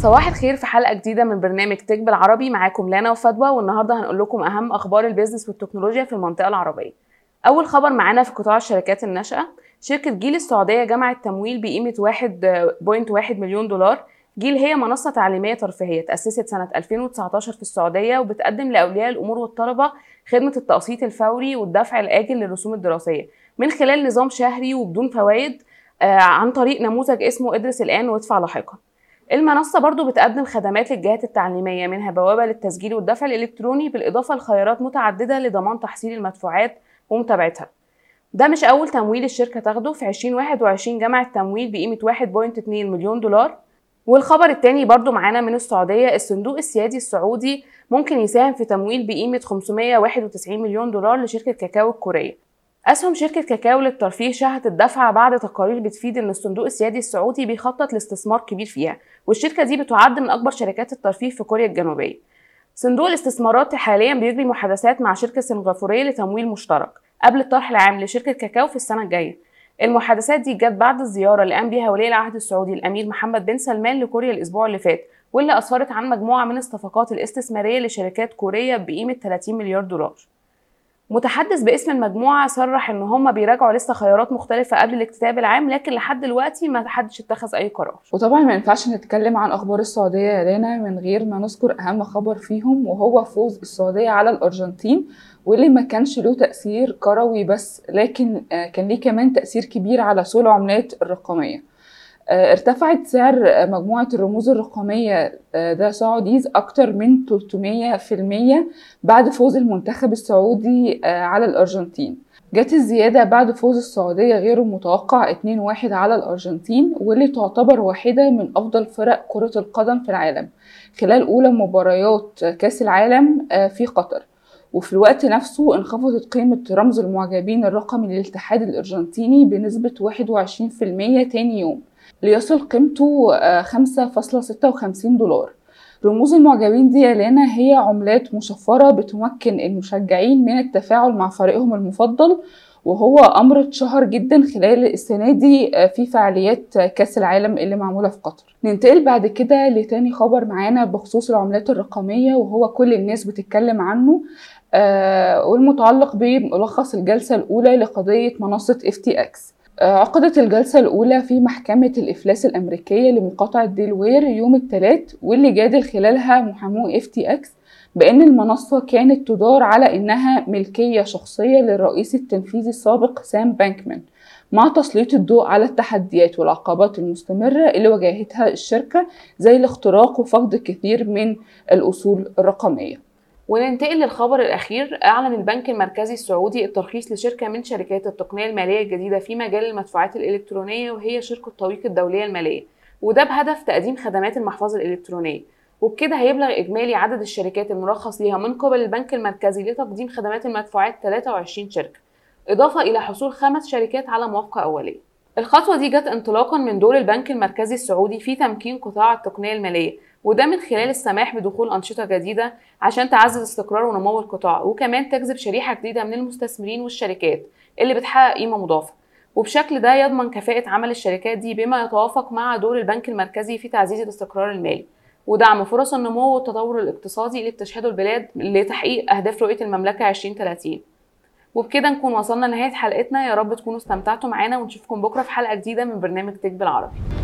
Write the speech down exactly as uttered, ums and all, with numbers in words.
صباح الخير في حلقة جديدة من برنامج تك بالعربي. معاكم لانا وفدوى، والنهارده هنقول لكم أهم أخبار البيزنس والتكنولوجيا في المنطقة العربية. أول خبر معانا في قطاع الشركات الناشئة، شركة جيل السعودية جمعت تمويل بقيمة واحد فاصلة واحد مليون دولار. جيل هي منصة تعليمية ترفيهية تأسست سنة ألفين وتسعتاشر في السعودية، وبتقدم لأولياء الأمور والطلبة خدمة التقسيط الفوري والدفع الآجل للرسوم الدراسية من خلال نظام شهري وبدون فوائد عن طريق نموذج اسمه ادرس الآن وادفع لاحقا. المنصة برضو بتقدم خدمات للجهات التعليمية، منها بوابة للتسجيل والدفع الإلكتروني، بالإضافة لخيارات متعددة لضمان تحصيل المدفوعات ومتابعتها. ده مش أول تمويل الشركة تاخده. في ألفين وواحد وعشرين جمعت تمويل بقيمة واحد فاصلة اتنين مليون دولار. والخبر التاني برضو معانا من السعودية، الصندوق السيادي السعودي ممكن يساهم في تمويل بقيمة خمسمائة وواحد وتسعين مليون دولار لشركة كاكاو الكورية. أسهم شركة كاكاو للترفيه شهدت الدفع بعد تقارير بتفيد إن الصندوق السيادي السعودي بيخطط لاستثمار كبير فيها، والشركة دي بتعد من أكبر شركات الترفيه في كوريا الجنوبية. صندوق الاستثمارات حاليا بيجري محادثات مع شركة سنغافورية لتمويل مشترك قبل الطرح العام لشركة كاكاو في السنة الجاية. المحادثات دي جت بعد الزيارة اللي قام بيها ولي العهد السعودي الأمير محمد بن سلمان لكوريا الأسبوع اللي فات، واللي أسفرت عن مجموعة من الصفقات الاستثمارية لشركات كورية بقيمة ثلاثين مليار دولار. متحدث باسم المجموعة صرح ان هم بيراجعوا لسه خيارات مختلفة قبل الاكتتاب العام، لكن لحد دلوقتي ما حدش اتخذ اي قرار. وطبعا ما ينفعش نتكلم عن اخبار السعودية يا لانا من غير ما نذكر اهم خبر فيهم، وهو فوز السعودية على الارجنتين، واللي ما كانش له تأثير كروي بس، لكن كان ليه كمان تأثير كبير على سوق العملات الرقمية. ارتفعت سعر مجموعة الرموز الرقمية ده سعوديز أكتر من ثلاثمائة بالمئة بعد فوز المنتخب السعودي على الأرجنتين. جت الزيادة بعد فوز السعودية غير المتوقع اتنين واحد على الأرجنتين، واللي تعتبر واحدة من أفضل فرق كرة القدم في العالم خلال أولى مباريات كأس العالم في قطر. وفي الوقت نفسه انخفضت قيمة رمز المعجبين الرقمي للاتحاد الأرجنتيني بنسبة واحد وعشرين بالمئة تاني يوم، ليصل قيمته خمسة فاصلة ستة وخمسين دولار. رموز المعجبين دي يا لانا هي عملات مشفرة بتمكن المشجعين من التفاعل مع فريقهم المفضل، وهو أمر اتشهر جدا خلال السنة دي في فعاليات كأس العالم اللي معمولة في قطر. ننتقل بعد كده لتاني خبر معانا بخصوص العملات الرقمية، وهو كل الناس بتتكلم عنه، آه والمتعلق بملخص الجلسة الأولى لقضية منصة اف تي اكس. عقدت الجلسة الأولى في محكمة الإفلاس الأمريكية لمقاطعة ديلوير يوم الثلاث، واللي جادل خلالها محامو اف تي اكس بأن المنصة كانت تدار على إنها ملكية شخصية للرئيس التنفيذي السابق سام بانكمان، مع تسليط الضوء على التحديات والعقبات المستمرة اللي واجهتها الشركة زي الاختراق وفقد كثير من الأصول الرقمية. وننتقل للخبر الأخير، أعلن البنك المركزي السعودي الترخيص لشركة من شركات التقنية المالية الجديدة في مجال المدفوعات الإلكترونية، وهي شركة طويق الدولية المالية، وده بهدف تقديم خدمات المحفظة الإلكترونية. وبكده هيبلغ إجمالي عدد الشركات المرخص ليها من قبل البنك المركزي لتقديم خدمات المدفوعات ثلاثة وعشرين شركة، إضافة إلى حصول خمس شركات على موافقة أولية. الخطوة دي جت انطلاقا من دور البنك المركزي السعودي في تمكين قطاع التقنية المالية، وده من خلال السماح بدخول أنشطة جديدة عشان تعزز استقرار ونمو القطاع، وكمان تجذب شريحة جديدة من المستثمرين والشركات اللي بتحقق قيمة مضافة. وبشكل ده يضمن كفاءة عمل الشركات دي بما يتوافق مع دور البنك المركزي في تعزيز الاستقرار المالي ودعم فرص النمو والتطور الاقتصادي اللي بتشهده البلاد لتحقيق أهداف رؤية المملكة عشرين ثلاثين. وبكده نكون وصلنا لنهاية حلقتنا. يا رب تكونوا استمتعتوا معانا، ونشوفكم بكرة في حلقة جديدة من برنامج تك بالعربي.